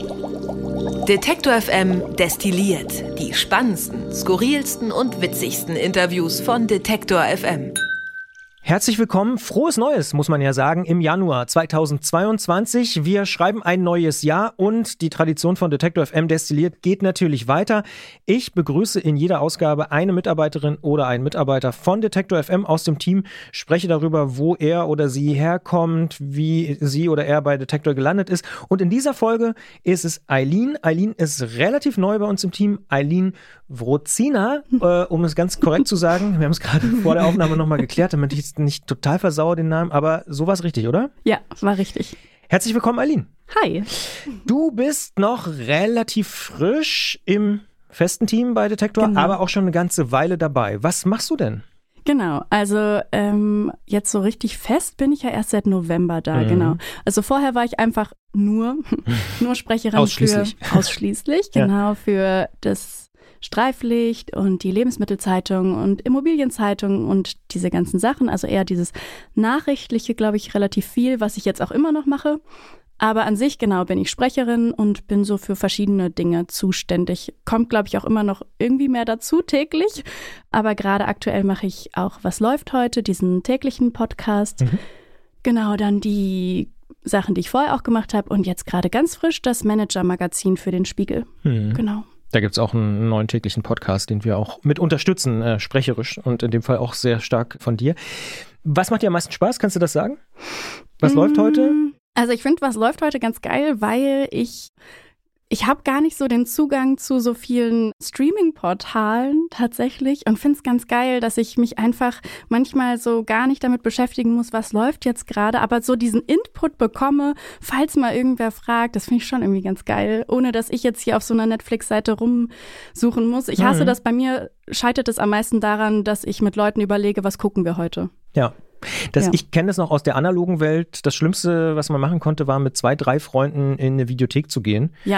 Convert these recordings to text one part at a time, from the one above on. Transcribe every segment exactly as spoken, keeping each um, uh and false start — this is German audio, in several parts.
Detektor F M destilliert die spannendsten, skurrilsten und witzigsten Interviews von Detektor F M. Herzlich willkommen, frohes Neues, muss man ja sagen, im Januar zweitausendzweiundzwanzig. Wir schreiben ein neues Jahr und die Tradition von Detektor F M destilliert geht natürlich weiter. Ich begrüße in jeder Ausgabe eine Mitarbeiterin oder einen Mitarbeiter von Detektor F M aus dem Team, spreche darüber, wo er oder sie herkommt, wie sie oder er bei Detektor gelandet ist. Und in dieser Folge ist es Eileen. Eileen ist relativ neu bei uns im Team. Eileen Wrocina, äh, um es ganz korrekt zu sagen. Wir haben es gerade vor der Aufnahme nochmal geklärt, damit ich jetzt nicht total versauere den Namen, aber so war es richtig, oder? Ja, war richtig. Herzlich willkommen, Eileen. Hi. Du bist noch relativ frisch im festen Team bei Detektor, Genau. aber auch schon eine ganze Weile dabei. Was machst du denn? Genau, also ähm, jetzt so richtig fest bin ich ja erst seit November da, mhm. genau. Also vorher war ich einfach nur, nur Sprecherin ausschließlich. für ausschließlich, genau, ja. für das Streiflicht und die Lebensmittelzeitung und Immobilienzeitung und diese ganzen Sachen. Also eher dieses Nachrichtliche, glaube ich, relativ viel, was ich jetzt auch immer noch mache. Aber an sich, genau, bin ich Sprecherin und bin so für verschiedene Dinge zuständig. Kommt, glaube ich, auch immer noch irgendwie mehr dazu täglich. Aber gerade aktuell mache ich auch Was läuft heute, diesen täglichen Podcast. Mhm. Genau, dann die Sachen, die ich vorher auch gemacht habe. Und jetzt gerade ganz frisch das Manager-Magazin für den Spiegel. Mhm. Genau. Da gibt es auch einen neuen täglichen Podcast, den wir auch mit unterstützen, äh, sprecherisch und in dem Fall auch sehr stark von dir. Was macht dir am meisten Spaß? Kannst du das sagen? Was mmh, läuft heute? Also ich finde, was läuft heute ganz geil, weil ich Ich habe gar nicht so den Zugang zu so vielen Streaming-Portalen tatsächlich und finde es ganz geil, dass ich mich einfach manchmal so gar nicht damit beschäftigen muss, was läuft jetzt gerade, aber so diesen Input bekomme, falls mal irgendwer fragt, das finde ich schon irgendwie ganz geil, ohne dass ich jetzt hier auf so einer Netflix-Seite rumsuchen muss. Ich hasse mhm. das, bei mir scheitert es am meisten daran, dass ich mit Leuten überlege, was gucken wir heute. Ja. Das, ja. Ich kenne das noch aus der analogen Welt. Das Schlimmste, was man machen konnte, war mit zwei, drei Freunden in eine Videothek zu gehen. Ja.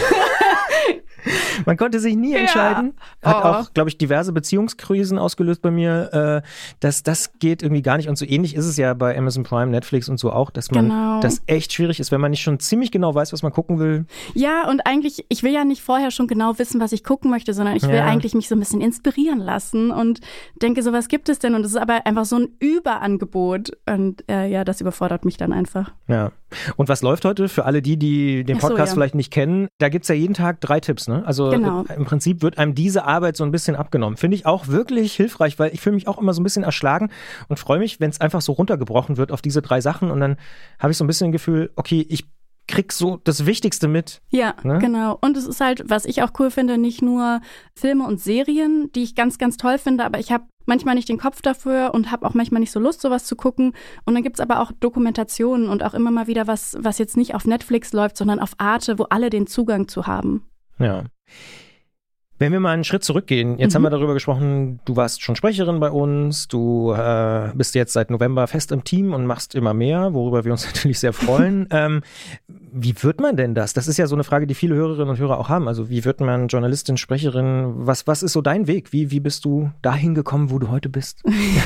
Man konnte sich nie entscheiden. Ja. Hat oh. auch, glaube ich, diverse Beziehungskrisen ausgelöst bei mir. Äh, das, das geht irgendwie gar nicht. Und so ähnlich ist es ja bei Amazon Prime, Netflix und so auch, dass man genau. das echt schwierig ist, wenn man nicht schon ziemlich genau weiß, was man gucken will. Ja, und eigentlich, ich will ja nicht vorher schon genau wissen, was ich gucken möchte, sondern ich will ja. eigentlich mich so ein bisschen inspirieren lassen und denke so, was gibt es denn? Und es ist aber einfach so ein Überangebot. Und äh, ja, das überfordert mich dann einfach. Ja. Und was läuft heute für alle die, die den Podcast so, ja. vielleicht nicht kennen? Da gibt es ja jeden Tag drei Tipps, ne? Also genau. im Prinzip wird einem diese Arbeit so ein bisschen abgenommen. Finde ich auch wirklich hilfreich, weil ich fühle mich auch immer so ein bisschen erschlagen und freue mich, wenn es einfach so runtergebrochen wird auf diese drei Sachen und dann habe ich so ein bisschen ein Gefühl, okay, ich krieg so das Wichtigste mit. Ja, ne? Genau. Und es ist halt, was ich auch cool finde, nicht nur Filme und Serien, die ich ganz, ganz toll finde, aber ich habe manchmal nicht den Kopf dafür und habe auch manchmal nicht so Lust, sowas zu gucken. Und dann gibt's aber auch Dokumentationen und auch immer mal wieder was, was jetzt nicht auf Netflix läuft, sondern auf Arte, wo alle den Zugang zu haben. Ja. Wenn wir mal einen Schritt zurückgehen, jetzt mhm. haben wir darüber gesprochen, du warst schon Sprecherin bei uns, du äh, bist jetzt seit November fest im Team und machst immer mehr, worüber wir uns natürlich sehr freuen. ähm, wie wird man denn das? Das ist ja so eine Frage, die viele Hörerinnen und Hörer auch haben. Also wie wird man Journalistin, Sprecherin? Was, was ist so dein Weg? Wie, wie bist du dahin gekommen, wo du heute bist?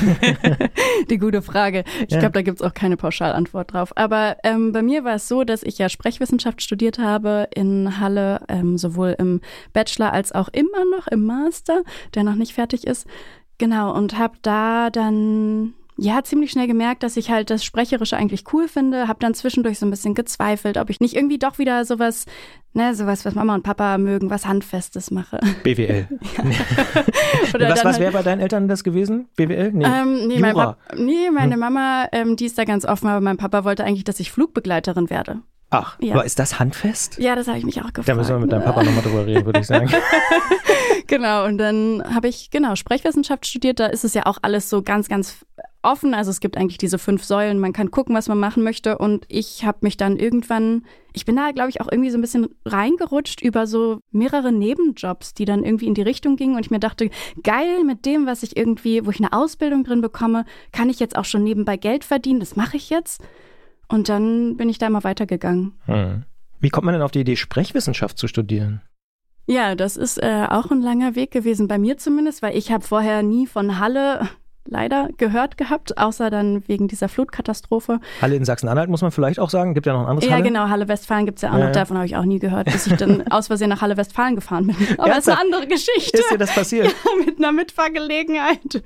Die gute Frage. Ich ja. glaube, da gibt's auch keine Pauschalantwort drauf. Aber ähm, bei mir war es so, dass ich ja Sprechwissenschaft studiert habe in Halle, ähm, sowohl im Bachelor als auch im immer noch im Master, der noch nicht fertig ist. Genau, und habe da dann ja ziemlich schnell gemerkt, dass ich halt das Sprecherische eigentlich cool finde. Habe dann zwischendurch so ein bisschen gezweifelt, ob ich nicht irgendwie doch wieder sowas, ne, sowas, was Mama und Papa mögen, was Handfestes mache. B W L. Oder was was wäre bei deinen Eltern das gewesen? B W L? Nee, ähm, nee, mein Jura. Papa, nee meine hm. Mama, ähm, die ist da ganz offen, aber mein Papa wollte eigentlich, dass ich Flugbegleiterin werde. Ach, ja. aber ist das handfest? Ja, das habe ich mich auch gefragt. Da müssen wir mit deinem Papa nochmal drüber reden, würde ich sagen. Genau, und dann habe ich, genau, Sprechwissenschaft studiert. Da ist es ja auch alles so ganz, ganz offen. Also es gibt eigentlich diese fünf Säulen. Man kann gucken, was man machen möchte. Und ich habe mich dann irgendwann, ich bin da, glaube ich, auch irgendwie so ein bisschen reingerutscht über so mehrere Nebenjobs, die dann irgendwie in die Richtung gingen. Und ich mir dachte, geil, mit dem, was ich irgendwie, wo ich eine Ausbildung drin bekomme, kann ich jetzt auch schon nebenbei Geld verdienen. Das mache ich jetzt. Und dann bin ich da immer weitergegangen. Hm. Wie kommt man denn auf die Idee, Sprechwissenschaft zu studieren? Ja, das ist äh, auch ein langer Weg gewesen, bei mir zumindest, weil ich habe vorher nie von Halle leider gehört gehabt, außer dann wegen dieser Flutkatastrophe. Halle in Sachsen-Anhalt muss man vielleicht auch sagen, gibt ja noch ein anderes Ja, Halle. genau, Halle-Westfalen gibt es ja auch ja, noch, davon habe ich auch nie gehört, bis ich dann aus Versehen nach Halle-Westfalen gefahren bin. Aber das ist eine andere Geschichte. Ist dir das passiert? Ja, mit einer Mitfahrgelegenheit.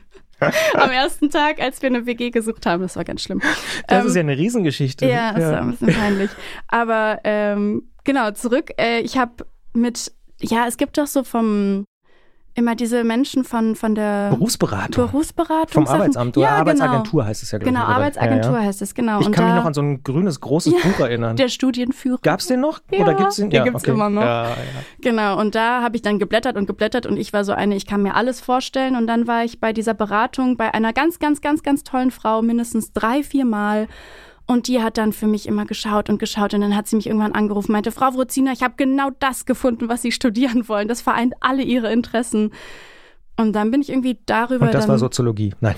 Am ersten Tag, als wir eine W G gesucht haben, das war ganz schlimm. Das ähm, ist ja eine Riesengeschichte. Ja, das ja. war ein bisschen peinlich. Aber ähm, genau, zurück. Äh, ich habe mit, ja, es gibt doch so vom immer diese Menschen von, von der Berufsberatung. Berufsberatung. Vom Arbeitsamt oder ja, Arbeitsagentur genau. heißt es ja, glaube Genau, ich. Oder? Arbeitsagentur ja, ja. heißt es, genau. Ich Und kann da, mich noch an so ein grünes, großes ja, Buch erinnern. Der Studienführer. Gab's den noch? Ja, oder gibt's den? Den ja, gibt's okay. immer noch. Ja, ja. Genau, und da habe ich dann geblättert und geblättert und ich war so eine, ich kann mir alles vorstellen. Und dann war ich bei dieser Beratung bei einer ganz, ganz, ganz, ganz tollen Frau, mindestens drei, vier Mal. Und die hat dann für mich immer geschaut und geschaut. Und dann hat sie mich irgendwann angerufen, meinte, Frau Wrozina, ich habe genau das gefunden, was Sie studieren wollen. Das vereint alle Ihre Interessen. Und dann bin ich irgendwie darüber. Und das dann, war Soziologie? Nein.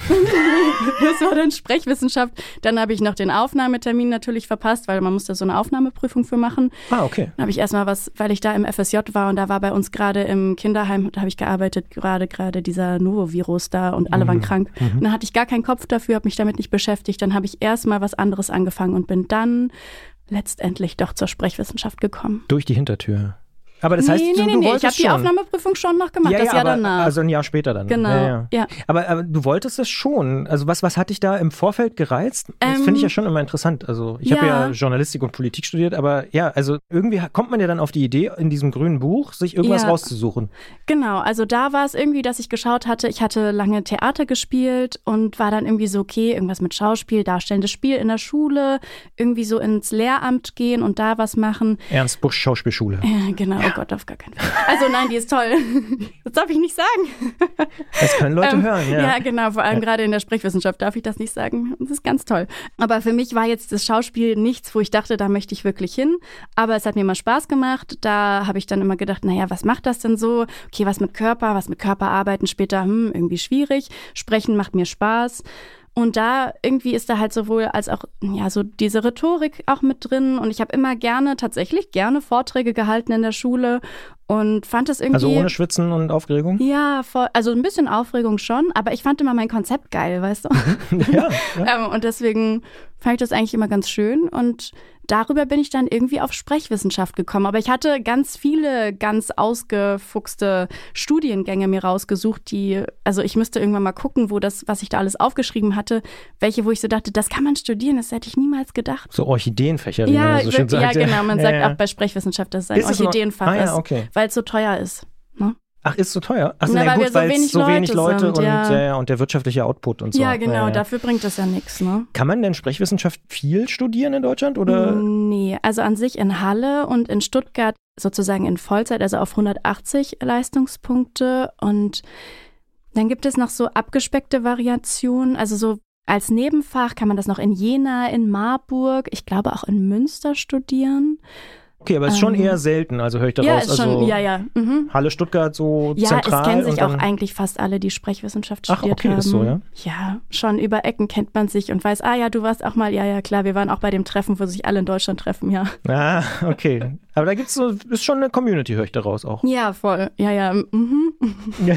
Das war dann Sprechwissenschaft. Dann habe ich noch den Aufnahmetermin natürlich verpasst, weil man musste so eine Aufnahmeprüfung für machen. Ah, okay. Dann habe ich erstmal was, weil ich da im F S J war und da war bei uns gerade im Kinderheim, da habe ich gearbeitet, gerade gerade dieser Novovirus da und alle mhm. waren krank. Mhm. Und dann hatte ich gar keinen Kopf dafür, habe mich damit nicht beschäftigt. Dann habe ich erstmal was anderes angefangen und bin dann letztendlich doch zur Sprechwissenschaft gekommen. Durch die Hintertür. Aber das heißt, nee, du, nee, du nee, wolltest ich habe die schon. Aufnahmeprüfung schon noch gemacht, ja, das ja, Jahr aber, danach. Also ein Jahr später dann. Genau, ja, ja. ja. Aber, aber du wolltest es schon. Also was, was hat dich da im Vorfeld gereizt? Das Ähm, finde ich ja schon immer interessant. Also ich ja. habe ja Journalistik und Politik studiert, aber ja, also irgendwie kommt man ja dann auf die Idee, in diesem grünen Buch sich irgendwas ja. rauszusuchen. Genau, also da war es irgendwie, dass ich geschaut hatte, ich hatte lange Theater gespielt und war dann irgendwie so, okay, irgendwas mit Schauspiel, darstellendes Spiel in der Schule, irgendwie so ins Lehramt gehen und da was machen. Ernst Busch Schauspielschule. Ja, genau, ja. Oh Gott, auf gar keinen Fall. Also nein, die ist toll. Das darf ich nicht sagen. Das können Leute ähm, hören, ja. Ja, genau, vor allem ja. gerade in der Sprechwissenschaft darf ich das nicht sagen. Das ist ganz toll. Aber für mich war jetzt das Schauspiel nichts, wo ich dachte, da möchte ich wirklich hin. Aber es hat mir immer Spaß gemacht. Da habe ich dann immer gedacht, naja, was macht das denn so? Okay, was mit Körper, was mit Körperarbeiten später, hm, irgendwie schwierig. Sprechen macht mir Spaß. Und da irgendwie ist da halt sowohl als auch ja so diese Rhetorik auch mit drin. Und ich habe immer gerne, tatsächlich gerne Vorträge gehalten in der Schule und fand das irgendwie... Also ohne Schwitzen und Aufregung? Ja, voll, also ein bisschen Aufregung schon, aber ich fand immer mein Konzept geil, weißt du? ja, ja. ähm, und deswegen fand ich das eigentlich immer ganz schön und darüber bin ich dann irgendwie auf Sprechwissenschaft gekommen. Aber ich hatte ganz viele ganz ausgefuchste Studiengänge mir rausgesucht, die, also ich müsste irgendwann mal gucken, wo das, was ich da alles aufgeschrieben hatte, welche, wo ich so dachte, das kann man studieren, das hätte ich niemals gedacht. So Orchideenfächer, wie ja, man so schön sagt. Ja, genau, man ja, sagt ja. auch bei Sprechwissenschaft, dass es ein ist Orchideenfach es noch? Ah, ist, ja, okay. weil es so teuer ist. Ne? Ach, ist so teuer? Ach so, Na, na, weil gut, wir so weil es wenig so wenig Leute Leute sind, und, ja. ja, und der wirtschaftliche Output und so. Ja, genau, ja, ja. dafür bringt das ja nichts, ne? Kann man denn Sprechwissenschaft viel studieren in Deutschland, oder? Nee, also an sich in Halle und in Stuttgart sozusagen in Vollzeit, also auf hundertachtzig Leistungspunkte und dann gibt es noch so abgespeckte Variationen, also so als Nebenfach kann man das noch in Jena, in Marburg, ich glaube auch in Münster studieren. Okay, aber es ist schon ähm, eher selten, also höre ich daraus. Ja, ist also schon, ja, ja. Mhm. Halle, Stuttgart so ja, zentral. Ja, es kennen sich und dann, auch eigentlich fast alle, die Sprechwissenschaft Ach, studiert okay, haben. ist so, ja? Ja, schon über Ecken kennt man sich und weiß, ah ja, du warst auch mal, ja, ja, klar, wir waren auch bei dem Treffen, wo sich alle in Deutschland treffen, ja. Ah, okay. Aber da gibt's so, ist schon eine Community, höre ich daraus auch. Ja, voll, ja, ja, mhm. Ja.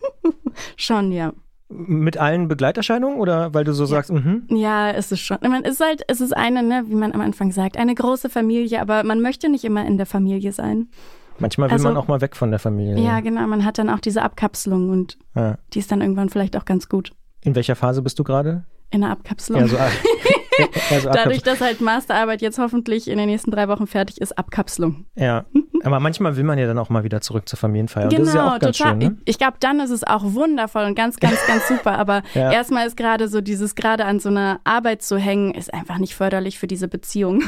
Schon, ja. Mit allen Begleiterscheinungen oder weil du so ja. sagst, mhm. Ja, es ist schon. Man ist halt, es ist eine, ne, wie man am Anfang sagt, eine große Familie, aber man möchte nicht immer in der Familie sein. Manchmal will also, man auch mal weg von der Familie. Ja, genau, man hat dann auch diese Abkapselung und ja. die ist dann irgendwann vielleicht auch ganz gut. In welcher Phase bist du gerade? In der Abkapselung. Ja, so, also Dadurch, dass halt Masterarbeit jetzt hoffentlich in den nächsten drei Wochen fertig ist, Abkapselung. Ja, aber manchmal will man ja dann auch mal wieder zurück zur Familienfeier. Genau, das ist ja auch ganz total. schön, ne? Ich, ich glaube, dann ist es auch wundervoll und ganz, ganz, ganz super. Aber ja. erstmal ist gerade so dieses, gerade an so einer Arbeit zu hängen, ist einfach nicht förderlich für diese Beziehung.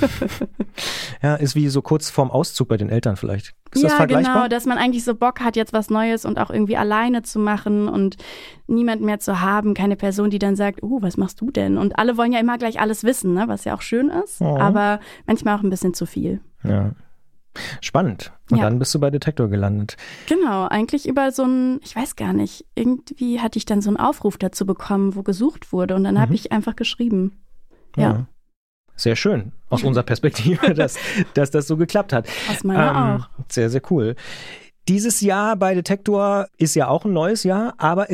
Ja, ist wie so kurz vorm Auszug bei den Eltern vielleicht. Ist ja, das vergleichbar? genau, dass man eigentlich so Bock hat, jetzt was Neues und auch irgendwie alleine zu machen und niemand mehr zu haben, keine Person, die dann sagt, oh, was machst du denn? Und alle wollen ja immer gleich alles wissen, ne? Was ja auch schön ist, oh. aber manchmal auch ein bisschen zu viel. Ja. Spannend. Und ja. dann bist du bei Detektor gelandet. Genau, eigentlich über so ein, ich weiß gar nicht, irgendwie hatte ich dann so einen Aufruf dazu bekommen, wo gesucht wurde und dann mhm. habe ich einfach geschrieben. Ja. ja. Sehr schön, aus unserer Perspektive, dass, dass das so geklappt hat. Aus meiner ähm, auch. Sehr, sehr cool. Dieses Jahr bei Detektor ist ja auch ein neues Jahr, aber es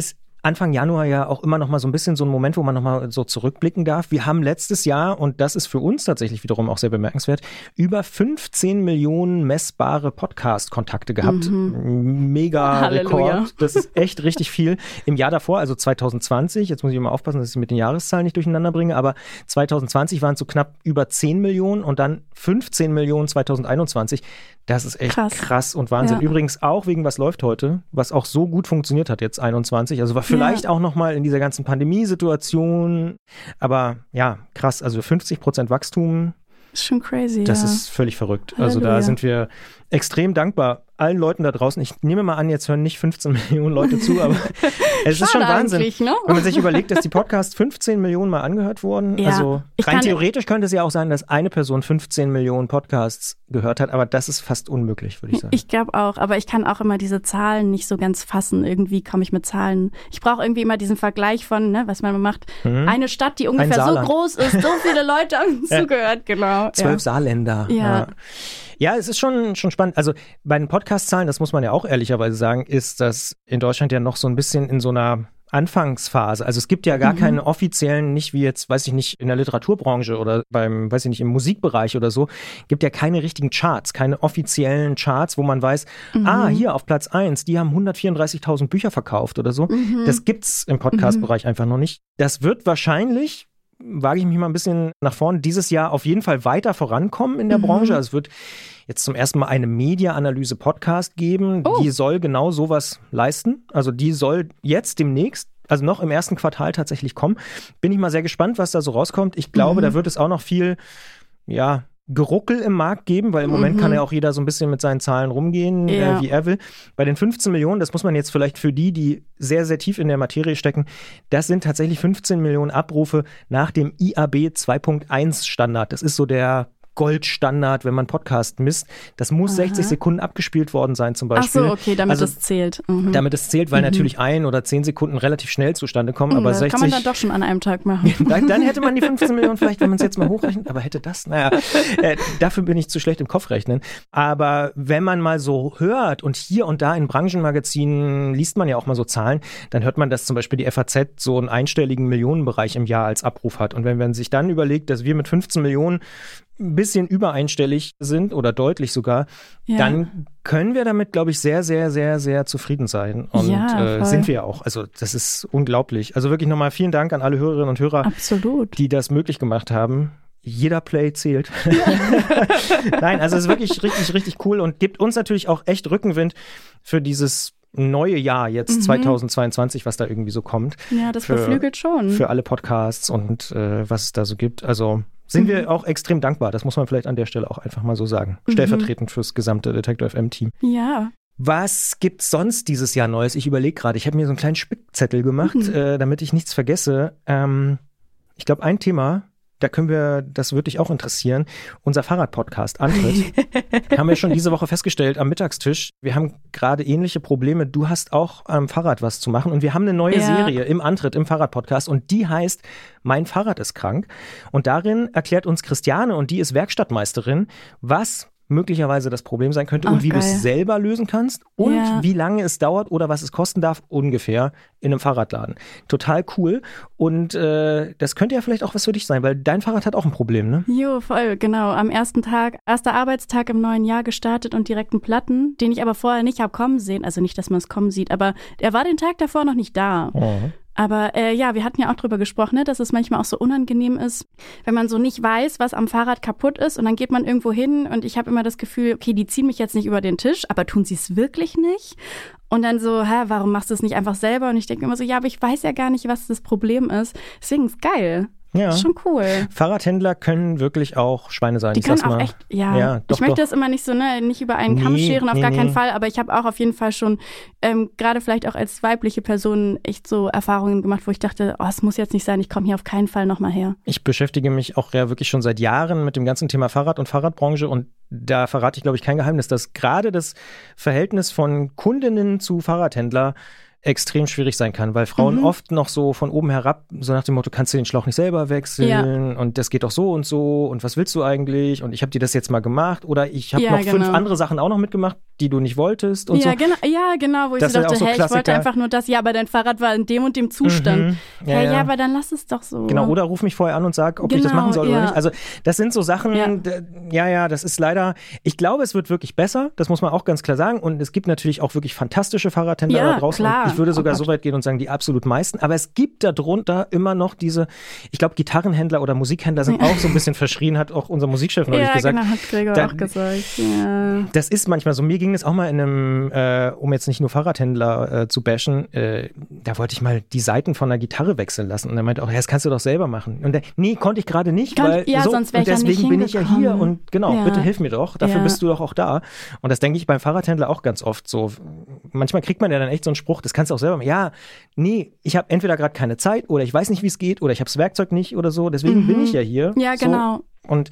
Anfang Januar ja auch immer noch mal so ein bisschen so ein Moment, wo man noch mal so zurückblicken darf. Wir haben letztes Jahr, und das ist für uns tatsächlich wiederum auch sehr bemerkenswert, über fünfzehn Millionen messbare Podcast-Kontakte gehabt. Mhm. Mega Rekord. Das ist echt richtig viel. Im Jahr davor, also zwanzig zwanzig, jetzt muss ich immer aufpassen, dass ich mit den Jahreszahlen nicht durcheinander bringe, aber zwanzig zwanzig waren es so knapp über zehn Millionen und dann fünfzehn Millionen zwanzig einundzwanzig. Das ist echt krass, krass und Wahnsinn. Ja. Übrigens auch wegen Was läuft heute, was auch so gut funktioniert hat jetzt einundzwanzig. Also war vielleicht ja. auch nochmal in dieser ganzen Pandemiesituation. Aber ja, krass. Also fünfzig Prozent Wachstum. Das ist schon crazy, Das ja. ist völlig verrückt. Halleluja. Also da sind wir extrem dankbar allen Leuten da draußen. Ich nehme mal an, jetzt hören nicht fünfzehn Millionen Leute zu, aber es ist schon Wahnsinn, ne? Wenn man sich überlegt, dass die Podcasts fünfzehn Millionen Mal angehört wurden. Ja. Also rein theoretisch könnte es ja auch sein, dass eine Person fünfzehn Millionen Podcasts gehört hat, aber das ist fast unmöglich, würde ich sagen. Ich glaube auch, aber ich kann auch immer diese Zahlen nicht so ganz fassen. Irgendwie komme ich mit Zahlen. Ich brauche irgendwie immer diesen Vergleich von, ne, was man macht. Mhm. Eine Stadt, die ungefähr so groß ist, so viele Leute haben zugehört, genau. Zwölf ja. Saarländer. Ja. ja. Ja, es ist schon, schon spannend. Also bei den Podcast-Zahlen, das muss man ja auch ehrlicherweise sagen, ist das in Deutschland ja noch so ein bisschen in so einer Anfangsphase. Also es gibt ja gar mhm. keinen offiziellen, nicht wie jetzt, weiß ich nicht, in der Literaturbranche oder beim, weiß ich nicht, im Musikbereich oder so, gibt ja keine richtigen Charts, keine offiziellen Charts, wo man weiß, mhm. ah, hier auf Platz eins, die haben hundertvierunddreißigtausend Bücher verkauft oder so. Mhm. Das gibt's im Podcast-Bereich mhm. einfach noch nicht. Das wird wahrscheinlich, wage ich mich mal ein bisschen nach vorne, dieses Jahr auf jeden Fall weiter vorankommen in der mhm. Branche. Also es wird jetzt zum ersten Mal eine Media-Analyse-Podcast geben. Oh. Die soll genau sowas leisten. Also die soll jetzt demnächst, also noch im ersten Quartal tatsächlich kommen. Bin ich mal sehr gespannt, was da so rauskommt. Ich glaube, mhm. da wird es auch noch viel, ja, Geruckel im Markt geben, weil im Moment mhm. kann ja auch jeder so ein bisschen mit seinen Zahlen rumgehen, ja. äh, wie er will. Bei den fünfzehn Millionen, das muss man jetzt vielleicht für die, die sehr, sehr tief in der Materie stecken, das sind tatsächlich fünfzehn Millionen Abrufe nach dem I A B zwei Punkt eins Standard. Das ist so der Goldstandard, wenn man Podcast misst. Das muss Aha. sechzig Sekunden abgespielt worden sein zum Beispiel. Ach so, okay, damit also, es zählt. Mhm. Damit es zählt, weil mhm. natürlich ein oder zehn Sekunden relativ schnell zustande kommen. Mhm, aber das sechzig kann man dann doch schon an einem Tag machen. dann, dann hätte man die fünfzehn Millionen vielleicht, wenn man es jetzt mal hochrechnet, aber hätte das, naja, äh, dafür bin ich zu schlecht im Kopf rechnen. Aber wenn man mal so hört und hier und da in Branchenmagazinen liest man ja auch mal so Zahlen, dann hört man, dass zum Beispiel die F A Z so einen einstelligen Millionenbereich im Jahr als Abruf hat. Und wenn man sich dann überlegt, dass wir mit fünfzehn Millionen ein bisschen übereinstellig sind oder deutlich sogar, ja. dann können wir damit, glaube ich, sehr, sehr, sehr, sehr zufrieden sein. Und ja, äh, sind wir ja auch. Also das ist unglaublich. Also wirklich nochmal vielen Dank an alle Hörerinnen und Hörer, Absolut. die das möglich gemacht haben. Jeder Play zählt. Nein, also es ist wirklich richtig, richtig cool und gibt uns natürlich auch echt Rückenwind für dieses neue Jahr jetzt, mhm. zweitausendzweiundzwanzig, was da irgendwie so kommt. Ja, das für, beflügelt schon. Für alle Podcasts und äh, was es da so gibt. Also sind mhm. wir auch extrem dankbar. Das muss man vielleicht an der Stelle auch einfach mal so sagen. Mhm. Stellvertretend fürs gesamte Detektor F M-Team. Ja. Was gibt's sonst dieses Jahr Neues? Ich überlege gerade. Ich habe mir so einen kleinen Spickzettel gemacht, mhm. äh, damit ich nichts vergesse. Ähm, ich glaube, ein Thema, da können wir, das würde dich auch interessieren, unser Fahrrad-Podcast Antritt. Haben wir schon diese Woche festgestellt am Mittagstisch. Wir haben gerade ähnliche Probleme. Du hast auch am Fahrrad was zu machen und wir haben eine neue ja. Serie im Antritt, im Fahrrad-Podcast und die heißt Mein Fahrrad ist krank. Und darin erklärt uns Christiane, und die ist Werkstattmeisterin, was möglicherweise das Problem sein könnte. Ach, und wie du es selber lösen kannst und ja. wie lange es dauert oder was es kosten darf, ungefähr in einem Fahrradladen. Total cool. Und äh, das könnte ja vielleicht auch was für dich sein, weil dein Fahrrad hat auch ein Problem, ne? Jo, voll, genau. Am ersten Tag, erster Arbeitstag im neuen Jahr gestartet und direkt einen Platten, den ich aber vorher nicht habe kommen sehen. Also nicht, dass man es kommen sieht, aber er war den Tag davor noch nicht da. Oh. Aber äh, ja, wir hatten ja auch drüber gesprochen, ne, dass es manchmal auch so unangenehm ist, wenn man so nicht weiß, was am Fahrrad kaputt ist und dann geht man irgendwo hin und ich habe immer das Gefühl, okay, die ziehen mich jetzt nicht über den Tisch, aber tun sie es wirklich nicht? Und dann so, hä, warum machst du es nicht einfach selber? Und ich denke immer so, ja, aber ich weiß ja gar nicht, was das Problem ist. Deswegen ist es geil. Ja. Das ist schon cool. Fahrradhändler können wirklich auch Schweine sein. Die ich können auch mal. echt, ja. ja doch, ich möchte doch. das immer nicht so, ne, nicht über einen Kamm nee, scheren, auf nee, gar nee. keinen Fall. Aber ich habe auch auf jeden Fall schon, ähm, gerade vielleicht auch als weibliche Person, echt so Erfahrungen gemacht, wo ich dachte, oh, es muss jetzt nicht sein, ich komme hier auf keinen Fall nochmal her. Ich beschäftige mich auch ja wirklich schon seit Jahren mit dem ganzen Thema Fahrrad und Fahrradbranche und da verrate ich, glaube ich, kein Geheimnis, dass gerade das Verhältnis von Kundinnen zu Fahrradhändler extrem schwierig sein kann, weil Frauen mhm. oft noch so von oben herab, so nach dem Motto, kannst du den Schlauch nicht selber wechseln ja. und das geht doch so und so und was willst du eigentlich und ich habe dir das jetzt mal gemacht oder ich habe ja, noch genau. fünf andere Sachen auch noch mitgemacht, die du nicht wolltest und ja, so. Genau, ja, genau, wo ich das so dachte, so hey, ich wollte einfach nur das, ja, aber dein Fahrrad war in dem und dem Zustand. Mhm. Ja, hey, ja. ja, aber dann lass es doch so. Genau, oder ruf mich vorher an und sag, ob genau, ich das machen soll ja. oder nicht. Also das sind so Sachen, ja. D- ja, ja, das ist leider, ich glaube, es wird wirklich besser, das muss man auch ganz klar sagen. Und es gibt natürlich auch wirklich fantastische Fahrradhändler ja, da draußen. Klar. Und ich würde sogar oh so weit gehen und sagen, die absolut meisten. Aber es gibt darunter immer noch diese, ich glaube, Gitarrenhändler oder Musikhändler sind auch so ein bisschen verschrien, hat auch unser Musikchef neulich ja, gesagt. Ja, genau, hat Gregor da, auch gesagt. Ja. Das ist manchmal so. Mir ging es auch mal in einem, äh, um jetzt nicht nur Fahrradhändler äh, zu bashen, äh, da wollte ich mal die Saiten von der Gitarre wechseln lassen. Und er meinte auch, ja, das kannst du doch selber machen. Und der, nee, konnte ich gerade nicht, Kann, weil ja, so, sonst wär und ich deswegen ja nicht bin ich ja hier und genau, ja. bitte hilf mir doch. Dafür ja. bist du doch auch da. Und das denke ich beim Fahrradhändler auch ganz oft so. Manchmal kriegt man ja dann echt so einen Spruch, das kannst du auch selber machen. Ja, nee, ich habe entweder gerade keine Zeit oder ich weiß nicht, wie es geht oder ich habe das Werkzeug nicht oder so. Deswegen mhm. bin ich ja hier. Ja, so. genau. Und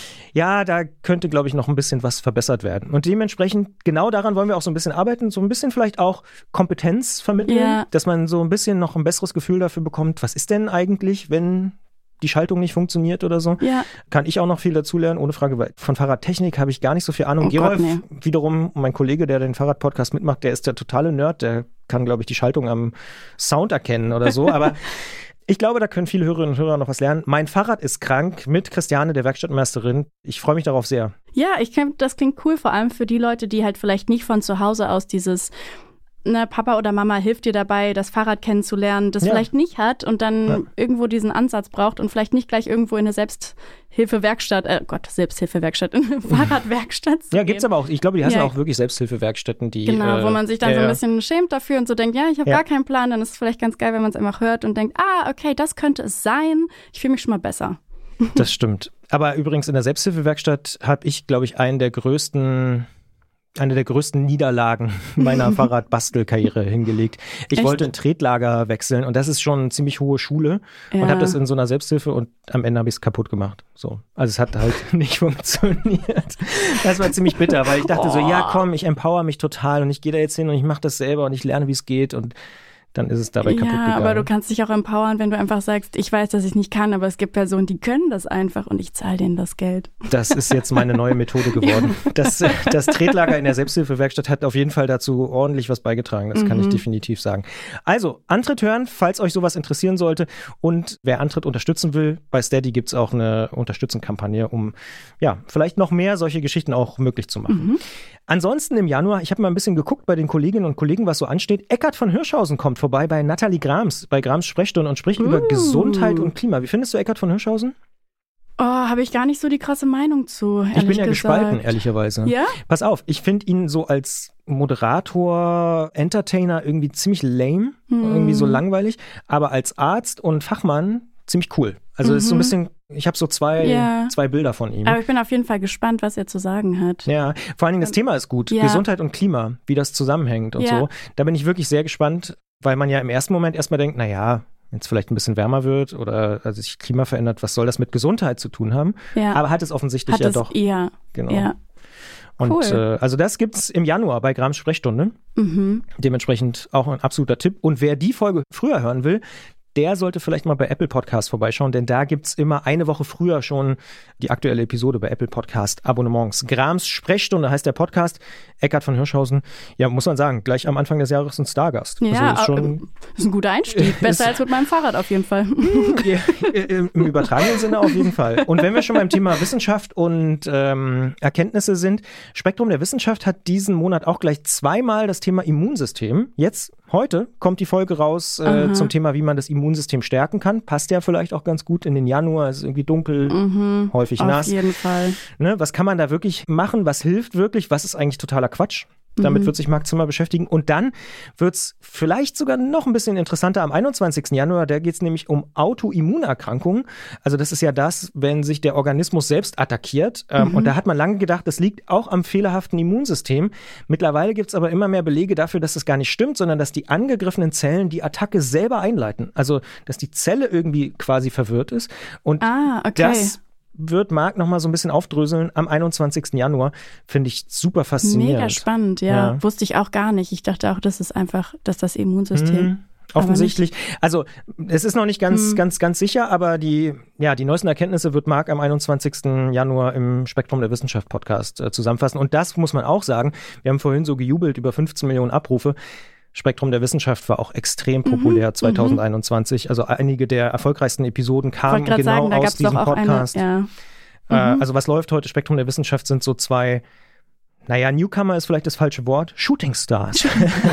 ja, da könnte, glaube ich, noch ein bisschen was verbessert werden. Und dementsprechend, genau daran wollen wir auch so ein bisschen arbeiten, so ein bisschen vielleicht auch Kompetenz vermitteln, ja. dass man so ein bisschen noch ein besseres Gefühl dafür bekommt, was ist denn eigentlich, wenn die Schaltung nicht funktioniert oder so. Ja. Kann ich auch noch viel dazulernen, ohne Frage, weil von Fahrradtechnik habe ich gar nicht so viel Ahnung. Oh Gerolf, Gott, nee. wiederum, mein Kollege, der den Fahrradpodcast mitmacht, der ist der totale Nerd, der kann, glaube ich, die Schaltung am Sound erkennen oder so, aber ich glaube, da können viele Hörerinnen und Hörer noch was lernen. Mein Fahrrad ist krank mit Christiane, der Werkstattmeisterin. Ich freue mich darauf sehr. Ja, ich kann, das klingt cool, vor allem für die Leute, die halt vielleicht nicht von zu Hause aus dieses, ne, Papa oder Mama hilft dir dabei, das Fahrrad kennenzulernen, das ja. vielleicht nicht hat und dann ja. irgendwo diesen Ansatz braucht und vielleicht nicht gleich irgendwo in eine Selbsthilfewerkstatt, äh Gott, Selbsthilfewerkstatt, in eine Fahrradwerkstatt zu Ja, gibt's gehen. aber auch. Ich glaube, die heißen ja. auch wirklich Selbsthilfewerkstätten, die Genau, äh, wo man sich dann äh, so ein bisschen schämt dafür und so denkt, ja, ich habe ja. gar keinen Plan, dann ist es vielleicht ganz geil, wenn man es einfach hört und denkt, ah, okay, das könnte es sein, ich fühle mich schon mal besser. Das stimmt. Aber übrigens in der Selbsthilfewerkstatt habe ich, glaube ich, einen der größten eine der größten Niederlagen meiner Fahrradbastelkarriere hingelegt. Ich Echt? wollte ein Tretlager wechseln und das ist schon eine ziemlich hohe Schule ja. und habe das in so einer Selbsthilfe und am Ende habe ich es kaputt gemacht. So. Also es hat halt nicht funktioniert. Das war ziemlich bitter, weil ich dachte oh. so, ja komm, ich empower mich total und ich gehe da jetzt hin und ich mache das selber und ich lerne, wie es geht und dann ist es dabei ja, kaputt gegangen. Ja, aber du kannst dich auch empowern, wenn du einfach sagst, ich weiß, dass ich nicht kann, aber es gibt Personen, die können das einfach und ich zahle denen das Geld. Das ist jetzt meine neue Methode geworden. Ja. Das, das Tretlager in der Selbsthilfewerkstatt hat auf jeden Fall dazu ordentlich was beigetragen. Das mhm. kann ich definitiv sagen. Also, Antritt hören, falls euch sowas interessieren sollte. Und wer Antritt unterstützen will, bei Steady gibt es auch eine Unterstützenkampagne, um ja vielleicht noch mehr solche Geschichten auch möglich zu machen. Mhm. Ansonsten im Januar, ich habe mal ein bisschen geguckt bei den Kolleginnen und Kollegen, was so ansteht. Eckart von Hirschhausen kommt vorbei bei Nathalie Grams, bei Grams Sprechstunde und spricht uh. über Gesundheit und Klima. Wie findest du Eckart von Hirschhausen? Oh, habe ich gar nicht so die krasse Meinung zu, Ich bin ja gesagt. gespalten, ehrlicherweise. Ja? Pass auf, ich finde ihn so als Moderator, Entertainer irgendwie ziemlich lame, hm. irgendwie so langweilig, aber als Arzt und Fachmann ziemlich cool. Also mhm. ist so ein bisschen, ich habe so zwei, ja. zwei Bilder von ihm. Aber ich bin auf jeden Fall gespannt, was er zu sagen hat. Ja, vor allen Dingen das Thema ist gut. Ja. Gesundheit und Klima, wie das zusammenhängt und ja. so. Da bin ich wirklich sehr gespannt, weil man ja im ersten Moment erstmal denkt, naja, wenn es vielleicht ein bisschen wärmer wird oder also sich Klima verändert, was soll das mit Gesundheit zu tun haben? Ja. Aber hat es offensichtlich hat ja es, doch. Ja. Genau. Ja. Und cool. äh, also das gibt's im Januar bei Grams Sprechstunde. Mhm. Dementsprechend auch ein absoluter Tipp. Und wer die Folge früher hören will, der sollte vielleicht mal bei Apple Podcast vorbeischauen, denn da gibt's immer eine Woche früher schon die aktuelle Episode bei Apple Podcast Abonnements. Grams Sprechstunde heißt der Podcast. Eckart von Hirschhausen, ja, muss man sagen, gleich am Anfang des Jahres ein Stargast. Ja, also ist, schon, ist ein guter Einstieg. Besser als mit meinem Fahrrad auf jeden Fall. Ja, im übertragenen Sinne auf jeden Fall. Und wenn wir schon beim Thema Wissenschaft und ähm, Erkenntnisse sind, Spektrum der Wissenschaft hat diesen Monat auch gleich zweimal das Thema Immunsystem. Jetzt, heute, kommt die Folge raus äh, zum Thema, wie man das Immunsystem stärken kann. Passt ja vielleicht auch ganz gut in den Januar. Es ist irgendwie dunkel, mhm, häufig auf nass. Auf jeden Fall. Ne, was kann man da wirklich machen? Was hilft wirklich? Was ist eigentlich totaler Quatsch? Damit mhm. wird sich Marc Zimmer beschäftigen. Und dann wird's vielleicht sogar noch ein bisschen interessanter am einundzwanzigsten Januar. Da geht's nämlich um Autoimmunerkrankungen. Also das ist ja das, wenn sich der Organismus selbst attackiert. Mhm. Und da hat man lange gedacht, das liegt auch am fehlerhaften Immunsystem. Mittlerweile gibt's aber immer mehr Belege dafür, dass das gar nicht stimmt, sondern dass die angegriffenen Zellen die Attacke selber einleiten. Also dass die Zelle irgendwie quasi verwirrt ist. Und ah, okay. das wird Marc noch mal so ein bisschen aufdröseln am einundzwanzigsten Januar. Finde ich super faszinierend. Mega spannend, ja. ja. Wusste ich auch gar nicht. Ich dachte auch, das ist einfach, dass das Immunsystem... Mhm. Offensichtlich. Also es ist noch nicht ganz, hm. ganz, ganz sicher, aber die, ja, die neuesten Erkenntnisse wird Marc am einundzwanzigsten Januar im Spektrum der Wissenschaft Podcast äh, zusammenfassen. Und das muss man auch sagen. Wir haben vorhin so gejubelt über fünfzehn Millionen Abrufe. Spektrum der Wissenschaft war auch extrem populär mhm, zwanzig einundzwanzig. Also einige der erfolgreichsten Episoden kamen genau sagen, da aus diesem Podcast. Eine, ja. äh, mhm. Also was läuft heute? Spektrum der Wissenschaft sind so zwei, naja, Newcomer ist vielleicht das falsche Wort, Shooting Stars.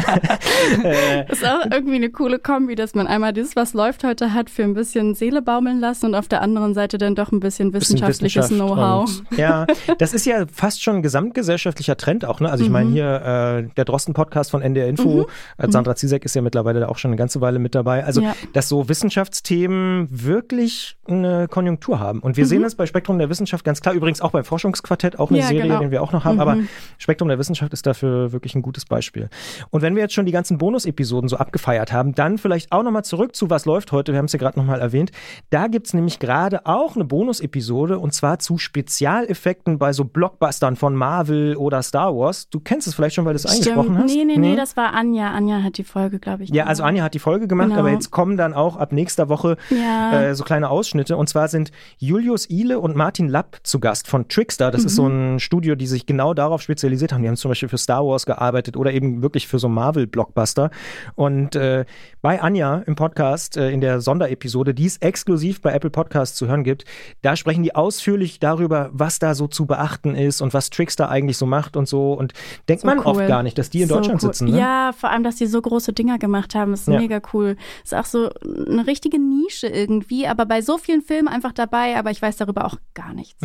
Das ist auch irgendwie eine coole Kombi, dass man einmal dieses, was läuft heute hat, für ein bisschen Seele baumeln lassen und auf der anderen Seite dann doch ein bisschen wissenschaftliches bisschen Know-how. Ja, das ist ja fast schon ein gesamtgesellschaftlicher Trend auch, ne? Also ich mhm. meine hier äh, der Drosten-Podcast von N D R Info, mhm. Sandra Ziesek ist ja mittlerweile da auch schon eine ganze Weile mit dabei. Also, ja. dass so Wissenschaftsthemen wirklich eine Konjunktur haben. Und wir mhm. sehen das bei Spektrum der Wissenschaft ganz klar, übrigens auch beim Forschungsquartett, auch eine ja, Serie, genau. den wir auch noch haben, mhm. aber Spektrum der Wissenschaft ist dafür wirklich ein gutes Beispiel. Und wenn wir jetzt schon die ganzen Bonus-Episoden so abgefeiert haben, dann vielleicht auch nochmal zurück zu Was läuft heute, wir haben es ja gerade nochmal erwähnt, da gibt es nämlich gerade auch eine Bonus-Episode und zwar zu Spezialeffekten bei so Blockbustern von Marvel oder Star Wars. Du kennst es vielleicht schon, weil du es eingesprochen hast? Nee, nee, nee, nee, das war Anja. Anja hat die Folge, glaube ich. Ja, also Anja hat die Folge gemacht, genau. aber jetzt kommen dann auch ab nächster Woche ja. äh, so kleine Ausschnitte und zwar sind Julius Ihle und Martin Lapp zu Gast von Trickster. Das mhm. ist so ein Studio, die sich genau darauf spezialisiert haben. Die haben zum Beispiel für Star Wars gearbeitet oder eben wirklich für so Marvel-Blockbuster. Und äh, bei Anja im Podcast, äh, in der Sonderepisode, die es exklusiv bei Apple Podcasts zu hören gibt, da sprechen die ausführlich darüber, was da so zu beachten ist und was Trickster eigentlich so macht und so. Und denkt so man cool. oft gar nicht, dass die in so Deutschland cool. sitzen. Ne? Ja, vor allem, dass die so große Dinger gemacht haben, ist ja. mega cool. Ist auch so eine richtige Nische irgendwie, aber bei so vielen Filmen einfach dabei, aber ich weiß darüber auch gar nichts.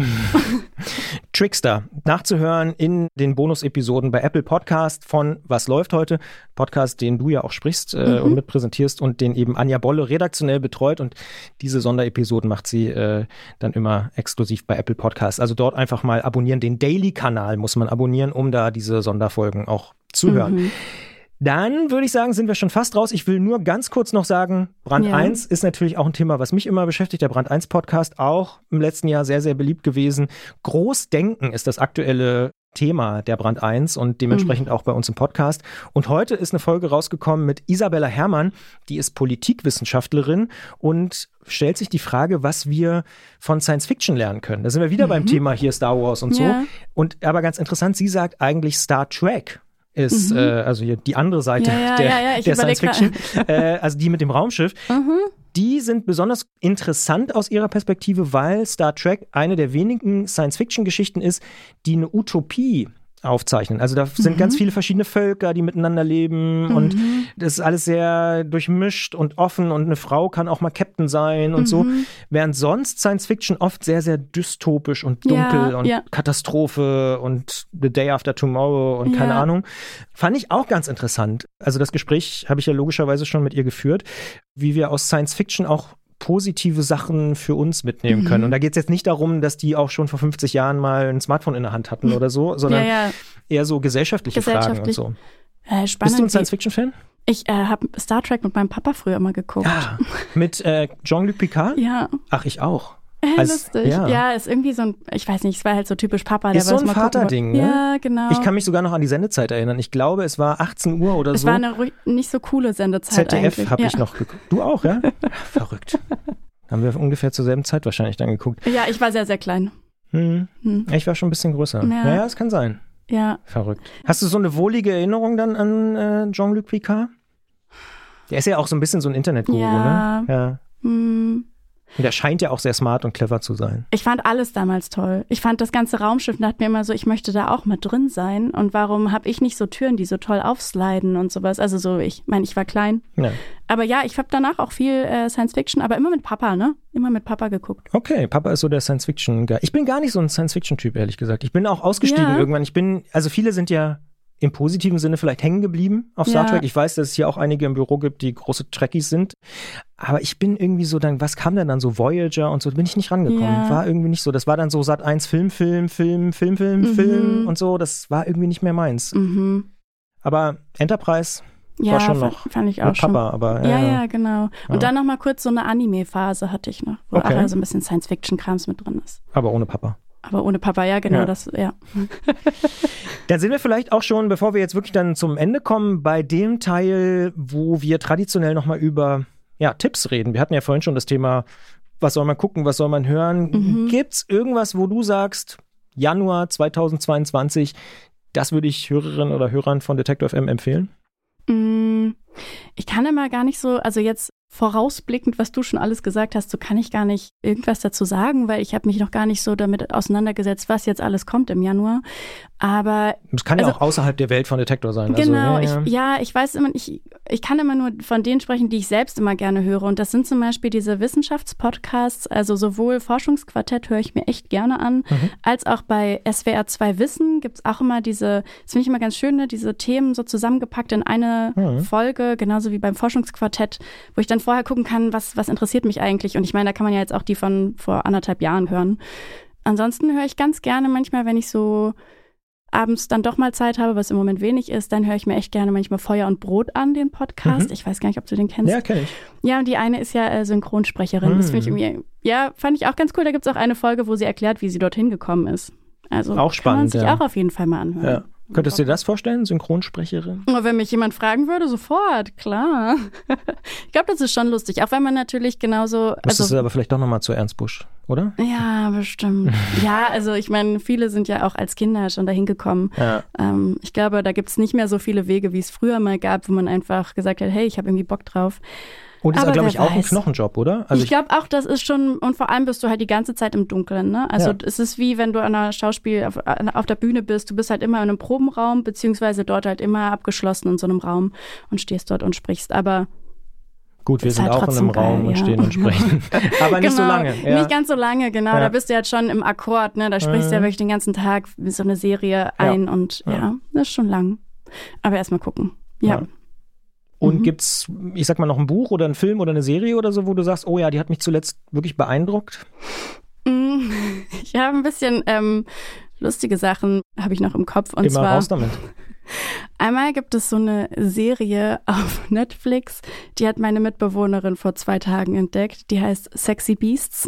Trickster, nachzuhören in den Bonus-Episoden bei Apple Podcast von Was läuft heute? Podcast, den du ja auch sprichst äh, mhm. und mitpräsentierst und den eben Anja Bolle redaktionell betreut und diese Sonderepisoden macht sie äh, dann immer exklusiv bei Apple Podcasts. Also dort einfach mal abonnieren. Den Daily-Kanal muss man abonnieren, um da diese Sonderfolgen auch zu hören. Mhm. Dann würde ich sagen, sind wir schon fast raus. Ich will nur ganz kurz noch sagen, Brand ja. eins ist natürlich auch ein Thema, was mich immer beschäftigt. Der Brand eins Podcast, auch im letzten Jahr sehr, sehr beliebt gewesen. Großdenken ist das aktuelle Thema der Brand eins und dementsprechend mhm. auch bei uns im Podcast. Und heute ist eine Folge rausgekommen mit Isabella Herrmann, die ist Politikwissenschaftlerin und stellt sich die Frage, was wir von Science Fiction lernen können. Da sind wir wieder mhm. beim Thema hier Star Wars und ja. so. Und aber ganz interessant, sie sagt eigentlich Star Trek ist, mhm. äh, also hier die andere Seite ja, ja, der, ja, ja, der Science Fiction, äh, also die mit dem Raumschiff. Mhm. Die sind besonders interessant aus ihrer Perspektive, weil Star Trek eine der wenigen Science-Fiction-Geschichten ist, die eine Utopie aufzeichnen. Also da sind mhm. ganz viele verschiedene Völker, die miteinander leben mhm. und das ist alles sehr durchmischt und offen und eine Frau kann auch mal Captain sein und mhm. so. Während sonst Science-Fiction oft sehr, sehr dystopisch und dunkel ja, und ja. Katastrophe und The Day After Tomorrow und ja. keine Ahnung. Fand ich auch ganz interessant. Also das Gespräch habe ich ja logischerweise schon mit ihr geführt, wie wir aus Science-Fiction auch positive Sachen für uns mitnehmen mhm. können. Und da geht es jetzt nicht darum, dass die auch schon vor fünfzig Jahren mal ein Smartphone in der Hand hatten oder so, sondern ja, ja. eher so gesellschaftliche Gesellschaftlich. Fragen und so. Äh, spannend. Bist du ein Science-Fiction-Fan? Ich äh, habe Star Trek mit meinem Papa früher immer geguckt. Ah, mit äh, Jean-Luc Picard? Ja. Ach, ich auch. Äh, also, lustig. Ja. ja, ist irgendwie so ein, ich weiß nicht, es war halt so typisch Papa. Der ist so ein Vaterding, ne? Ja, genau. Ich kann mich sogar noch an die Sendezeit erinnern. Ich glaube, es war achtzehn Uhr oder es so. Es war eine nicht so coole Sendezeit Z D F habe ja. ich noch geguckt. Du auch, ja? Verrückt. Haben wir ungefähr zur selben Zeit wahrscheinlich dann geguckt. Ja, ich war sehr, sehr klein. Hm. Hm. Ich war schon ein bisschen größer. Ja, naja, es kann sein. Ja. Verrückt. Hast du so eine wohlige Erinnerung dann an äh, Jean-Luc Picard? Der ist ja auch so ein bisschen so ein Internetguru, ja. ne? Ja. Hm. Und der scheint ja auch sehr smart und clever zu sein. Ich fand alles damals toll. Ich fand das ganze Raumschiff, da hat mir immer so, ich möchte da auch mit drin sein. Und warum habe ich nicht so Türen, die so toll aufsliden und sowas? Also so, ich meine, ich war klein. Ja. Aber ja, ich habe danach auch viel äh, Science-Fiction, aber immer mit Papa, ne? Immer mit Papa geguckt. Okay, Papa ist so der Science-Fiction-Guy. Ich bin gar nicht so ein Science-Fiction-Typ, ehrlich gesagt. Ich bin auch ausgestiegen ja. irgendwann. Ich bin, also viele sind ja im positiven Sinne vielleicht hängen geblieben auf Star ja. Trek. Ich weiß, dass es hier auch einige im Büro gibt, die große Trekkies sind. Aber ich bin irgendwie so dann, was kam denn dann so Voyager und so, bin ich nicht rangekommen. Ja. War irgendwie nicht so. Das war dann so Sat eins Film, Film, Film, Film, Film, mhm. Film und so. Das war irgendwie nicht mehr meins. Mhm. Aber Enterprise ja, war schon fand, noch fand ich auch mit Papa. Schon. Aber, ja, ja, ja, genau. Und ja. dann noch mal kurz so eine Anime-Phase hatte ich noch, wo okay. auch so ein bisschen Science-Fiction-Krams mit drin ist. Aber ohne Papa. Aber ohne Papa, ja, genau, ja. das, ja. Dann sind wir vielleicht auch schon, bevor wir jetzt wirklich dann zum Ende kommen, bei dem Teil, wo wir traditionell nochmal über ja, Tipps reden. Wir hatten ja vorhin schon das Thema, was soll man gucken, was soll man hören. Mhm. Gibt's irgendwas, wo du sagst, Januar zweitausendzweiundzwanzig, das würde ich Hörerinnen oder Hörern von Detektor F M empfehlen? Ich kann immer gar nicht so, also jetzt vorausblickend, was du schon alles gesagt hast, so kann ich gar nicht irgendwas dazu sagen, weil ich habe mich noch gar nicht so damit auseinandergesetzt, was jetzt alles kommt im Januar. Aber es kann ja also, auch außerhalb der Welt von Detektor sein. Genau, also, ja, ja. Ich, ja, ich weiß immer, ich, ich kann immer nur von denen sprechen, die ich selbst immer gerne höre. Und das sind zum Beispiel diese Wissenschaftspodcasts, also sowohl Forschungsquartett höre ich mir echt gerne an, mhm. als auch bei S W R zwei Wissen gibt es auch immer diese, das finde ich immer ganz schön, ne, diese Themen so zusammengepackt in eine mhm. Folge, genauso wie beim Forschungsquartett, wo ich dann vorher gucken kann, was, was interessiert mich eigentlich. Und ich meine, da kann man ja jetzt auch die von vor anderthalb Jahren hören. Ansonsten höre ich ganz gerne manchmal, wenn ich so abends dann doch mal Zeit habe, was im Moment wenig ist, dann höre ich mir echt gerne manchmal Feuer und Brot an, den Podcast. Mhm. Ich weiß gar nicht, ob du den kennst. Ja, kenne ich. Ja, und die eine ist ja äh, Synchronsprecherin. Mhm. Das finde ich irgendwie, ja, fand ich auch ganz cool. Da gibt es auch eine Folge, wo sie erklärt, wie sie dorthin gekommen ist. Also auch spannend, kann man sich ja. auch auf jeden Fall mal anhören. Ja. Könntest du dir das vorstellen, Synchronsprecherin? Wenn mich jemand fragen würde, sofort, klar. Ich glaube, das ist schon lustig, auch wenn man natürlich genauso... Müsstest also, du aber vielleicht doch nochmal zu Ernst Busch, oder? Ja, bestimmt. Ja, also ich meine, viele sind ja auch als Kinder schon dahin gekommen. Ja. Ähm, ich glaube, da gibt es nicht mehr so viele Wege, wie es früher mal gab, wo man einfach gesagt hat, hey, ich habe irgendwie Bock drauf. Und das ist, glaube ich, auch ein Knochenjob, oder? Also ich glaube auch, das ist schon, und vor allem bist du halt die ganze Zeit im Dunkeln, ne? Also ja. Es ist wie, wenn du an einer Schauspiel, auf, auf der Bühne bist, du bist halt immer in einem Probenraum, beziehungsweise dort halt immer abgeschlossen in so einem Raum und stehst dort und sprichst, aber gut, wir sind halt auch in einem geil, Raum ja. und stehen und sprechen. Aber nicht genau, so lange. Ja. Nicht ganz so lange, genau. Ja. Da bist du jetzt schon im Akkord, ne? Da sprichst mhm. du ja wirklich den ganzen Tag wie so eine Serie ein ja. und ja. ja, das ist schon lang. Aber erstmal gucken. Ja. ja. Und mhm. gibt's, ich sag mal, noch ein Buch oder einen Film oder eine Serie oder so, wo du sagst, oh ja, die hat mich zuletzt wirklich beeindruckt? Ich habe ein bisschen ähm, lustige Sachen, habe ich noch im Kopf. Und Immer zwar, raus damit. Einmal gibt es so eine Serie auf Netflix, die hat meine Mitbewohnerin vor zwei Tagen entdeckt. Die heißt Sexy Beasts.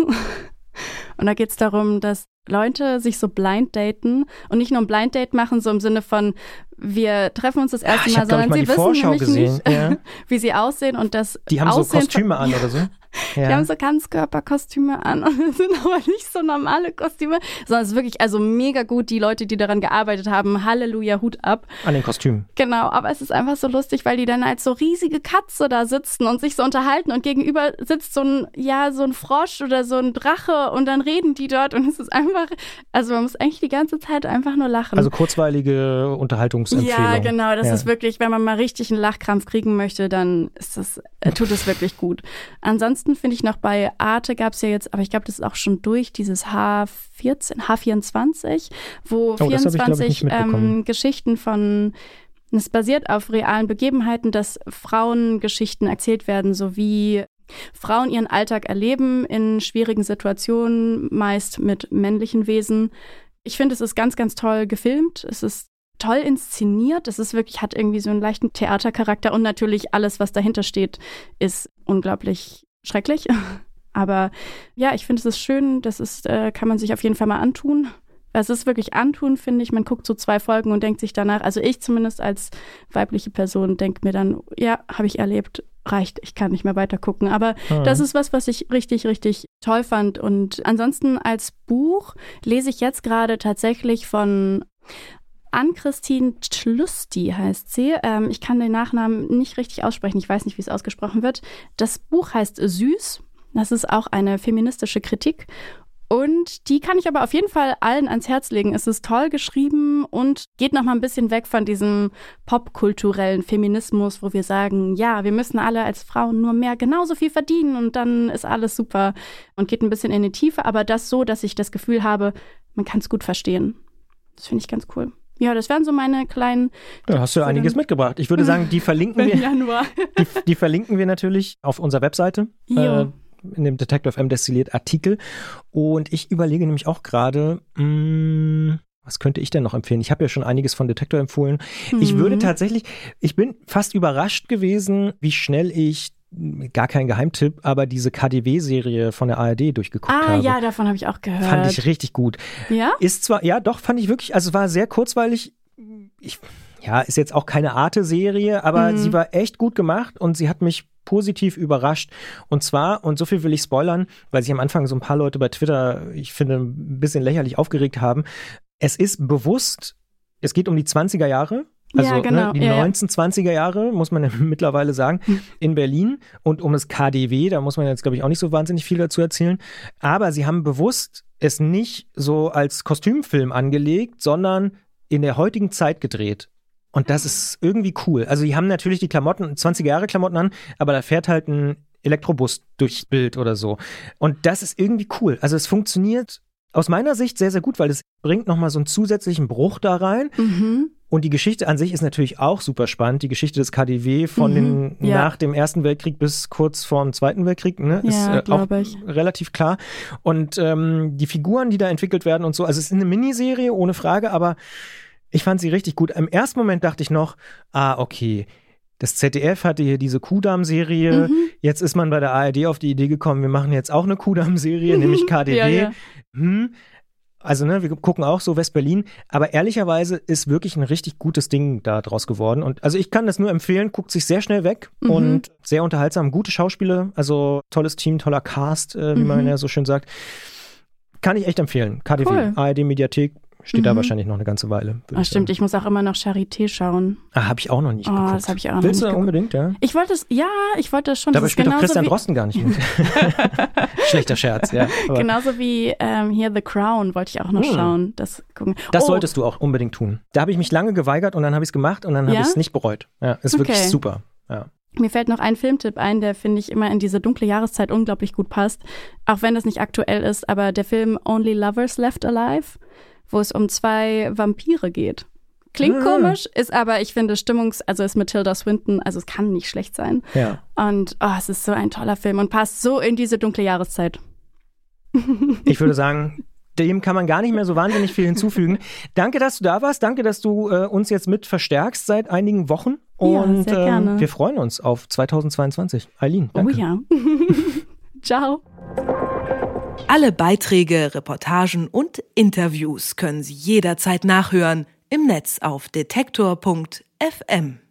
Und da geht es darum, dass Leute sich so blind daten und nicht nur ein Blind Date machen, so im Sinne von, wir treffen uns das erste Mal, Ach, sondern sie wissen Vorschau nämlich gesehen. nicht, Ja. wie sie aussehen und das Die haben Aussehen so Kostüme an oder so. Ja. Die haben so Ganzkörperkostüme an und das sind aber nicht so normale Kostüme, sondern es ist wirklich also mega gut, die Leute, die daran gearbeitet haben, Halleluja, Hut ab. An den Kostümen. Genau, aber es ist einfach so lustig, weil die dann als so riesige Katze da sitzen und sich so unterhalten und gegenüber sitzt so ein, ja, so ein Frosch oder so ein Drache und dann reden die dort und es ist einfach, also man muss eigentlich die ganze Zeit einfach nur lachen. Also kurzweilige Unterhaltungsempfehlung. Ja, genau, das ja. ist wirklich, wenn man mal richtig einen Lachkrampf kriegen möchte, dann ist das, äh, tut es wirklich gut. Ansonsten finde ich noch bei Arte gab es ja jetzt, aber ich glaube, das ist auch schon durch, dieses H vierzehn, H vierundzwanzig, wo oh, vierundzwanzig ich, ähm, Geschichten von, es basiert auf realen Begebenheiten, dass Frauengeschichten erzählt werden, so wie Frauen ihren Alltag erleben in schwierigen Situationen, meist mit männlichen Wesen. Ich finde, es ist ganz, ganz toll gefilmt. Es ist toll inszeniert. Es ist wirklich, hat irgendwie so einen leichten Theatercharakter und natürlich alles, was dahinter steht, ist unglaublich schrecklich. Aber ja, ich finde, es ist schön. Das ist, äh, kann man sich auf jeden Fall mal antun. Es ist wirklich antun, finde ich. Man guckt so zwei Folgen und denkt sich danach, also ich zumindest als weibliche Person denke mir dann, ja, habe ich erlebt, reicht, ich kann nicht mehr weiter gucken. Aber mhm. das ist was, was ich richtig, richtig toll fand. Und ansonsten als Buch lese ich jetzt gerade tatsächlich von Ann-Christine Schlusti heißt sie. Ähm, ich kann den Nachnamen nicht richtig aussprechen. Ich weiß nicht, wie es ausgesprochen wird. Das Buch heißt Süß. Das ist auch eine feministische Kritik. Und die kann ich aber auf jeden Fall allen ans Herz legen. Es ist toll geschrieben und geht noch mal ein bisschen weg von diesem popkulturellen Feminismus, wo wir sagen, ja, wir müssen alle als Frauen nur mehr genauso viel verdienen und dann ist alles super und geht ein bisschen in die Tiefe, aber das so, dass ich das Gefühl habe, man kann es gut verstehen. Das finde ich ganz cool. Ja, das wären so meine kleinen... Da hast du ja einiges mitgebracht. Ich würde sagen, die verlinken wir. Januar. die, die verlinken wir natürlich auf unserer Webseite. Jo. Äh, in dem Detektor F M destilliert Artikel. Und ich überlege nämlich auch gerade, mh, was könnte ich denn noch empfehlen? Ich habe ja schon einiges von Detektor empfohlen. Mhm. Ich würde tatsächlich, ich bin fast überrascht gewesen, wie schnell ich, gar kein Geheimtipp, aber diese K D W-Serie von der A R D durchgeguckt ah, habe. Ah ja, davon habe ich auch gehört. Fand ich richtig gut. Ja? Ist zwar, ja doch, fand ich wirklich, also es war sehr kurzweilig. ich, ja, ist jetzt auch keine Arte-Serie, aber mhm. sie war echt gut gemacht und sie hat mich positiv überrascht. Und zwar, und so viel will ich spoilern, weil sich am Anfang so ein paar Leute bei Twitter, ich finde, ein bisschen lächerlich aufgeregt haben. Es ist bewusst, es geht um die zwanziger Jahre. Also ja, genau. ne, die ja, neunzehnhundertzwanziger Jahre, muss man ja mittlerweile sagen, in Berlin und um das K D W, da muss man jetzt, glaube ich, auch nicht so wahnsinnig viel dazu erzählen. Aber sie haben bewusst es nicht so als Kostümfilm angelegt, sondern in der heutigen Zeit gedreht. Und das ist irgendwie cool. Also die haben natürlich die Klamotten, zwanziger Jahre Klamotten an, aber da fährt halt ein Elektrobus durchs Bild oder so. Und das ist irgendwie cool. Also es funktioniert aus meiner Sicht sehr, sehr gut, weil es bringt nochmal so einen zusätzlichen Bruch da rein. Mhm. Und die Geschichte an sich ist natürlich auch super spannend. Die Geschichte des K D W von mhm, den, ja. nach dem Ersten Weltkrieg bis kurz vor dem Zweiten Weltkrieg, ne, ja, ist äh, auch ich. relativ klar. Und ähm, die Figuren, die da entwickelt werden und so, also es ist eine Miniserie, ohne Frage, aber ich fand sie richtig gut. Im ersten Moment dachte ich noch, ah, okay, das Z D F hatte hier diese Kuhdam-Serie, Mhm. jetzt ist man bei der A R D auf die Idee gekommen, wir machen jetzt auch eine Kuhdam-Serie, nämlich K D W. Ja, ja. Hm. Also, ne, wir gucken auch so West-Berlin, aber ehrlicherweise ist wirklich ein richtig gutes Ding da draus geworden. Und also ich kann das nur empfehlen, guckt sich sehr schnell weg Mhm. und sehr unterhaltsam, gute Schauspieler, also tolles Team, toller Cast, äh, wie Mhm. man ja so schön sagt. Kann ich echt empfehlen. K D W, Cool. A R D-Mediathek, steht Mhm. da wahrscheinlich noch eine ganze Weile. Ah, stimmt, ich muss auch immer noch Charité schauen. Ah, habe ich auch noch nicht Oh, geguckt. das habe ich auch noch Willst nicht du geguckt. unbedingt, ja? Ich wollte es, ja, ich wollte es schon. Dabei Das ist spielt doch genauso Christian wie, Drosten gar nicht mit. Schlechter Scherz, ja. Aber Genauso wie ähm, hier The Crown wollte ich auch noch Hm. schauen. Das gucken. das oh, solltest du auch unbedingt tun. Da habe ich mich lange geweigert und dann habe ich es gemacht und dann habe Ja? ich es nicht bereut. Ja, ist Okay. wirklich super. Ja. Mir fällt noch ein Filmtipp ein, der, finde ich, immer in diese dunkle Jahreszeit unglaublich gut passt. Auch wenn das nicht aktuell ist, aber der Film Only Lovers Left Alive, wo es um zwei Vampire geht. Klingt Ah. komisch, ist aber, ich finde, Stimmungs-, also ist mit Tilda Swinton, also es kann nicht schlecht sein. Ja. Und oh, es ist so ein toller Film und passt so in diese dunkle Jahreszeit. Ich würde sagen, dem kann man gar nicht mehr so wahnsinnig viel hinzufügen. Danke, dass du da warst. Danke, dass du äh, uns jetzt mit verstärkst seit einigen Wochen. Ja, Und sehr ähm, gerne. wir freuen uns auf zweitausendzweiundzwanzig. Eileen, danke. Oh ja. Ciao. Alle Beiträge, Reportagen und Interviews können Sie jederzeit nachhören im Netz auf detektor punkt f m.